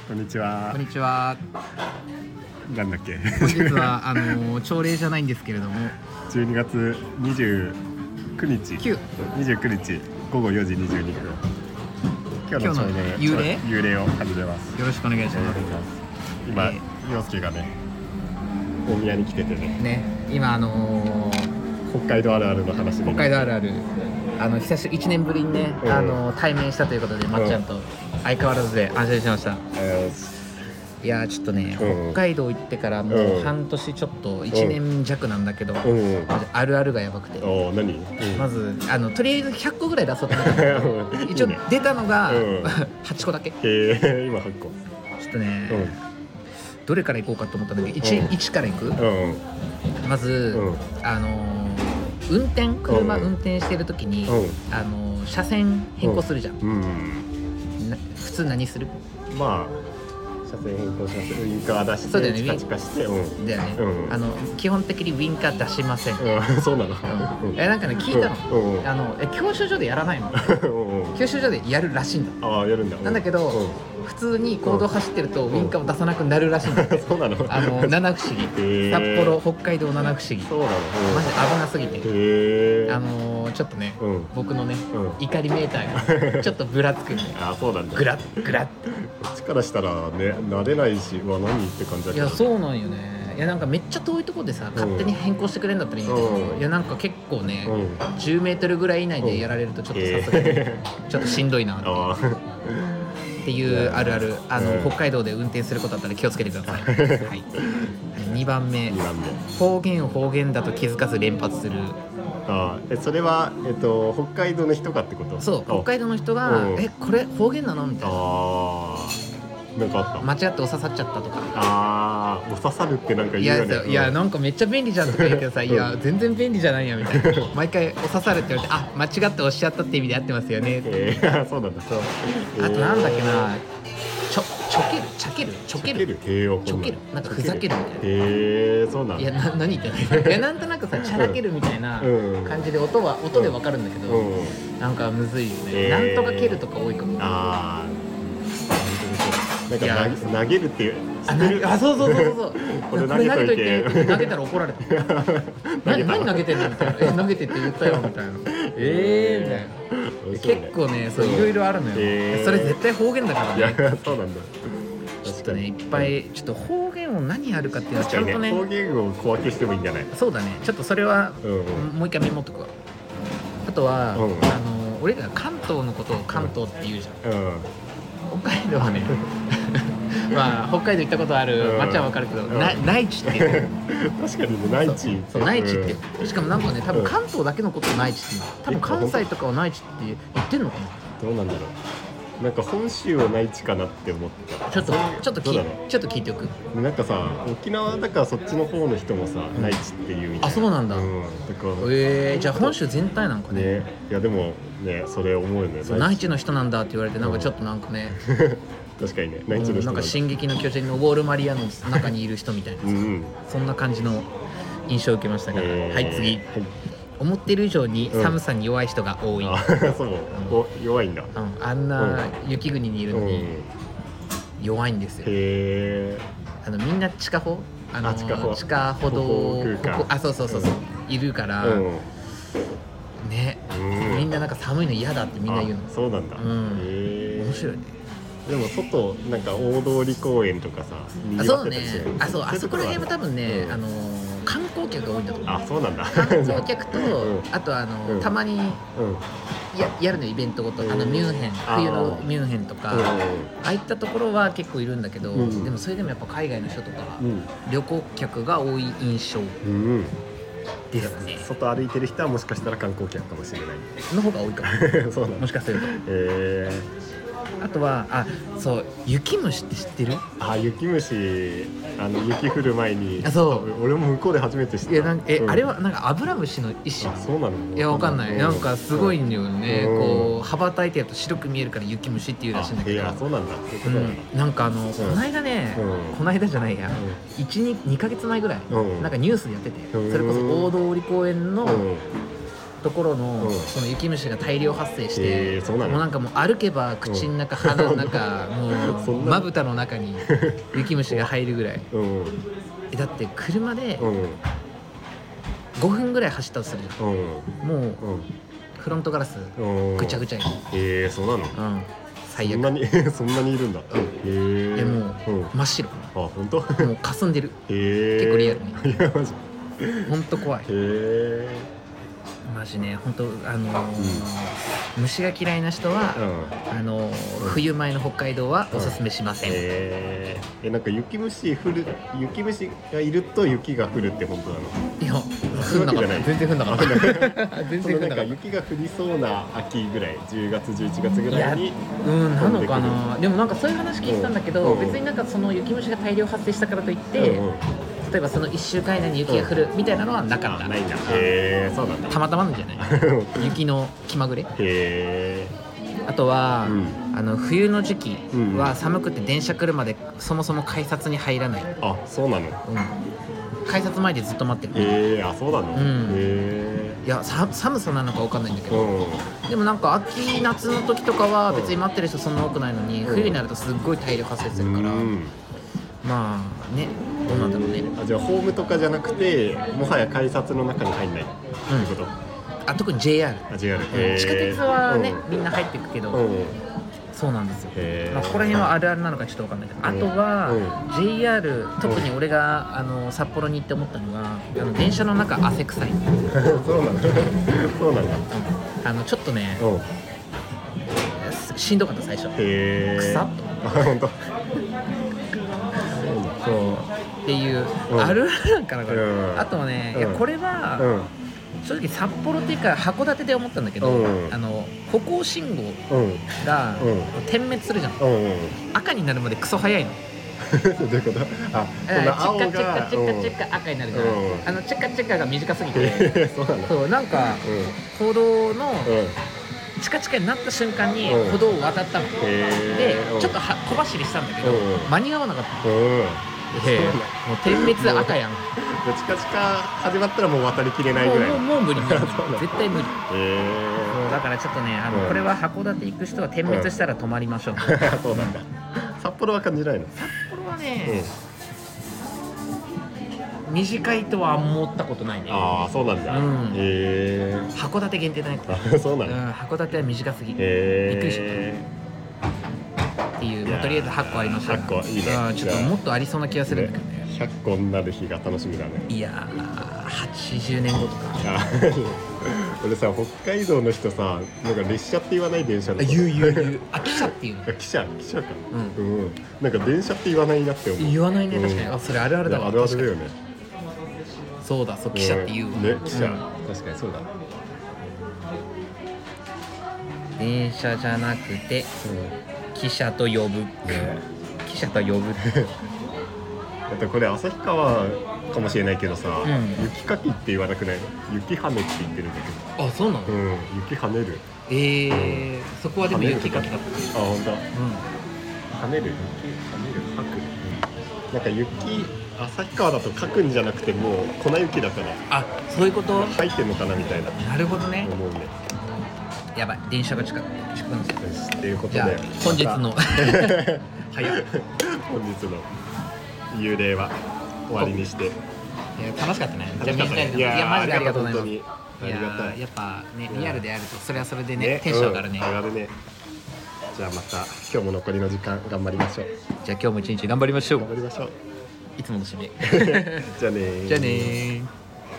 こんにちは。 こんにちは。 なんだっけ。 本日は朝礼じゃないんですけれども、 12月29日29日午後4時22分。今日の朝礼幽霊を始めます。 よろしくお願いします。 今、陽介がね大宮に来ててね。 今北海道あるあるの話で。 北海道あるある1年ぶりにね、対面したということで、まっちゃんと相変わらずで安心しました。いやちょっとね、北海道行ってからもう半年ちょっと1年弱なんだけど、あるあるがやばくて。 何？ まずとりあえず100個ぐらい出そうと思って一応出たのが8個だけ。 今8個。 ちょっとね、どれから行こうかと思ったんだけど、1から行く。まず車運転してる時に車線変更するじゃん。普通何する？ まあ車線変更します。ウインカー出して、 そうだよね、 チカチカして、だよね。 基本的にウインカー出しません。 そうなの？ なんかね聞いたの。教習所でやらないの？教習所でやるらしいんだ。 やるんだ。 なんだけど普通に公道走ってるとウインカーを出さなくなるらしいんだ。 そうなの？ 七不思議。札幌、北海道七不思議。 そうなの？ マジ危なすぎて。ちょっとね、僕のね怒りメーターがちょっとぶらつく。 そうなんだ。 グラッグラッ。 こっちからしたらね慣れないし、何って感じだけど。 いやそうなんよね。いやなんかめっちゃ遠いところでさ勝手に変更してくれるんだったらいいんだけど、いやなんか結構ね10メートルぐらい以内でやられるとちょっとさすがにちょっとしんどいなっていうあるある。北海道で運転することだったら気をつけてください。2番目、方言だと気づかず連発する。 それは北海道の人かってこと？ そう、北海道の人がこれ方言なのみたいな。 なんかあった？ 間違ってお刺さっちゃったとか。 お刺さるってなんか言うよね。 いやなんかめっちゃ便利じゃんとか言うけどさ、いや全然便利じゃないやみたいな。毎回お刺さるって言われて、間違っておっしゃったって意味で合ってますよね。 そうなんだ。 そう。あとなんだっけな、ちょけるなんかふざけるみたいな。 そうなんだ。 いや何言ってんの？いやなんとなくさチャラけるみたいな感じで音でわかるんだけど、なんかむずいよね。なんとか蹴るとか多いかも。 なんか投げるっていう。 そうこれ投げといてって投げたら怒られた。何投げてんのみたいな。投げてって言ったよみたいな。みたいな。結構ねそういろいろあるのよ。それ絶対方言だからね。 そうなんだ。 ちょっとねいっぱいちょっと方言を何やるかっていうのはちゃんとね。 方言を小分けしてもいいんじゃない？ そうだね。ちょっとそれはもう一回メモっとくわ。あとは俺ら関東のことを関東って言うじゃん。北海道はねまあ北海道行ったことある町はわかるけど、内地っていう確かにね、内地そう内地っていう。しかもなんかね多分関東だけのことを内地っていう。多分関西とかは内地って言ってんのかな。 どうなんだろう。なんか本州を内地かなって思った。 ちょっと聞いておく。 なんかさ沖縄だからそっちの方の人もさ内地っていうみたいな。 そうなんだ。 だからじゃあ本州全体なんかね。 いやでもねそれ思うよね。 内地の人なんだって言われてなんかちょっとなんかね。 確かにね、内地の人なんか進撃の巨人のウォールマリアの中にいる人みたいなそんな感じの印象を受けましたから。はい次。思っている以上に寒さに弱い人が多い。 そう弱いんだ。 あんな雪国にいるのに弱いんですよ。みんな地下歩道そういるからね。みんななんか寒いの嫌だってみんな言うの。 そうなんだ。 面白いね。 でも外なんか大通公園とかさ、 そうね。あそこら辺は多分ね観光客が多いんだと思う。 そうなんだ。 観光客とあとたまにやるのイベントごとミュンヘン冬のミュンヘンとかああいったところは結構いるんだけど、でもそれでもやっぱ海外の人とか旅行客が多い印象ですね。 外歩いてる人はもしかしたら観光客かもしれないの方が多いかも。そうもしかすると。あとはそう雪虫って知ってる？ 雪虫雪降る前に。 そう俺も向こうで初めて知った。 あれはなんかアブラムシの一種。 そうなの？ いやわかんない。なんかすごいんだよね。こう羽ばたいてると白く見えるから雪虫っていうらしいんだけど。 そうなんだ。 なんかこの間ねこの間じゃないや2ヶ月前ぐらいなんかニュースでやってて、それこそ大通公園のところの、 うんその雪虫が大量発生して、 そうなのもうなんかもう歩けば口の中、鼻の中そもうんなまぶたの中に雪虫が入るぐらい。 うんだって車でうん 5分ぐらい走ったとするじゃん。 うんもううんフロントガラスうんぐちゃぐちゃに、 そうなのうん、最悪。 そんなにそんなにいるんだでもうん真っ白、 あ本当もう霞んでる。 結結構リアルにいやマジほんと怖い。 へマジね、ほんと虫が嫌いな人は、冬前の北海道はおすすめしません。 なんか雪虫がいると雪が降るって本当なの？ いや、 そういうわけじゃない全然降んなかった全然降んなかった。 なんか雪が降りそうな秋ぐらい、10月11月ぐらいになのかな。でもなんかそういう話聞いてたんだけど、別になんかその雪虫が大量発生したからといって、例えばその1週間以内に雪が降るみたいなのはなかった。 ないんだ。そうなんだ。 たまたまなんじゃない雪の気まぐれ。あとは、冬の時期は寒くて電車来るまでそもそも改札に入らない。 あ、そうなの。 改札前でずっと待ってる。 あ、そうなの。 いや、寒さなのか分かんないんだけど、でもなんか秋夏の時とかは別に待ってる人そんな多くないのに、冬になるとすっごい大量発生するから、まあね、どうなんだろうね。 じゃあホームとかじゃなくて、もはや改札の中に入んないってこと？ 特に JR。 JR。 地下鉄はね、みんな入っていくけど、そうなんですよ。ここら辺はあるあるなのかちょっと分かんないけど、あとは JR、特に俺が札幌に行って思ったのが、電車の中汗臭い。 そうなんだ。そうなんだ。 ちょっとね、しんどかった最初。臭っと。 本当。 そうっていう、あるあるなんかなこれ。あとはね、いやこれは正直札幌っていうか函館で思ったんだけど、歩行信号が点滅するじゃん。赤になるまでクソ早いの。 どういうこと？あ、 チェッカチェッカチェッカチェッカ赤になるじゃん。チェッカチェッカが短すぎて、そうなんか歩道のチカチカになった瞬間に歩道を渡ったの。でちょっと小走りしたんだけど間に合わなかった。もう点滅赤やん。 チカチカ始まったらもう渡りきれないぐらい。 もう無理絶対無理。だからちょっとね、これは函館行く人は点滅したら止まりましょう。 そうなんだ。札幌は感じないの？ 札幌はね、短いとは思ったことないね。 ああ、そうなんだ。 函館限定だね。 そうなんだ。 函館は短すぎ。びっくりした。っていう、とりあえず8個ありました。 8個いいね。 ちょっともっとありそうな気がするんだけどね。 100個になる日が楽しみだね。 いやー、80年後とか。 俺さ、北海道の人さ、なんか列車って言わない？電車の。 言う。汽車っていうの。 汽車か。なんか電車って言わないなって思う。 言わないね、確かに。それあるあるだわ。 あるあるだよね。 そうだ、汽車って言うわ。 ね、汽車。確かにそうだ。 電車じゃなくて汽車と呼ぶ。汽車と呼ぶ。 だってこれ旭川かもしれないけどさ、雪かきって言わなくないの？雪跳ねって言ってるんだけど。 あ、そうなの？ 雪跳ねる。 そこはでも雪かきだった。 あ、本当。跳ねる、雪跳ねる、かく。なんか雪、旭川だとかくんじゃなくてもう粉雪だから。 あ、そういうこと？ 入ってんのかなみたいな。 なるほどね。 思うね。 やばい、電車が近くなってきた。 っていうことで、 本日の早い。本日の幽霊は終わりにして。 楽しかったね。 いや、 マジでありがとうございます。 ありがたい。 やっぱね、リアルであるとそれはそれでね、テンション上がるね。 上がるね。じゃあまた今日も残りの時間頑張りましょう。 じゃあ今日も一日頑張りましょう。 頑張りましょう。 いつもの締め。 じゃあねー。 じゃあねー。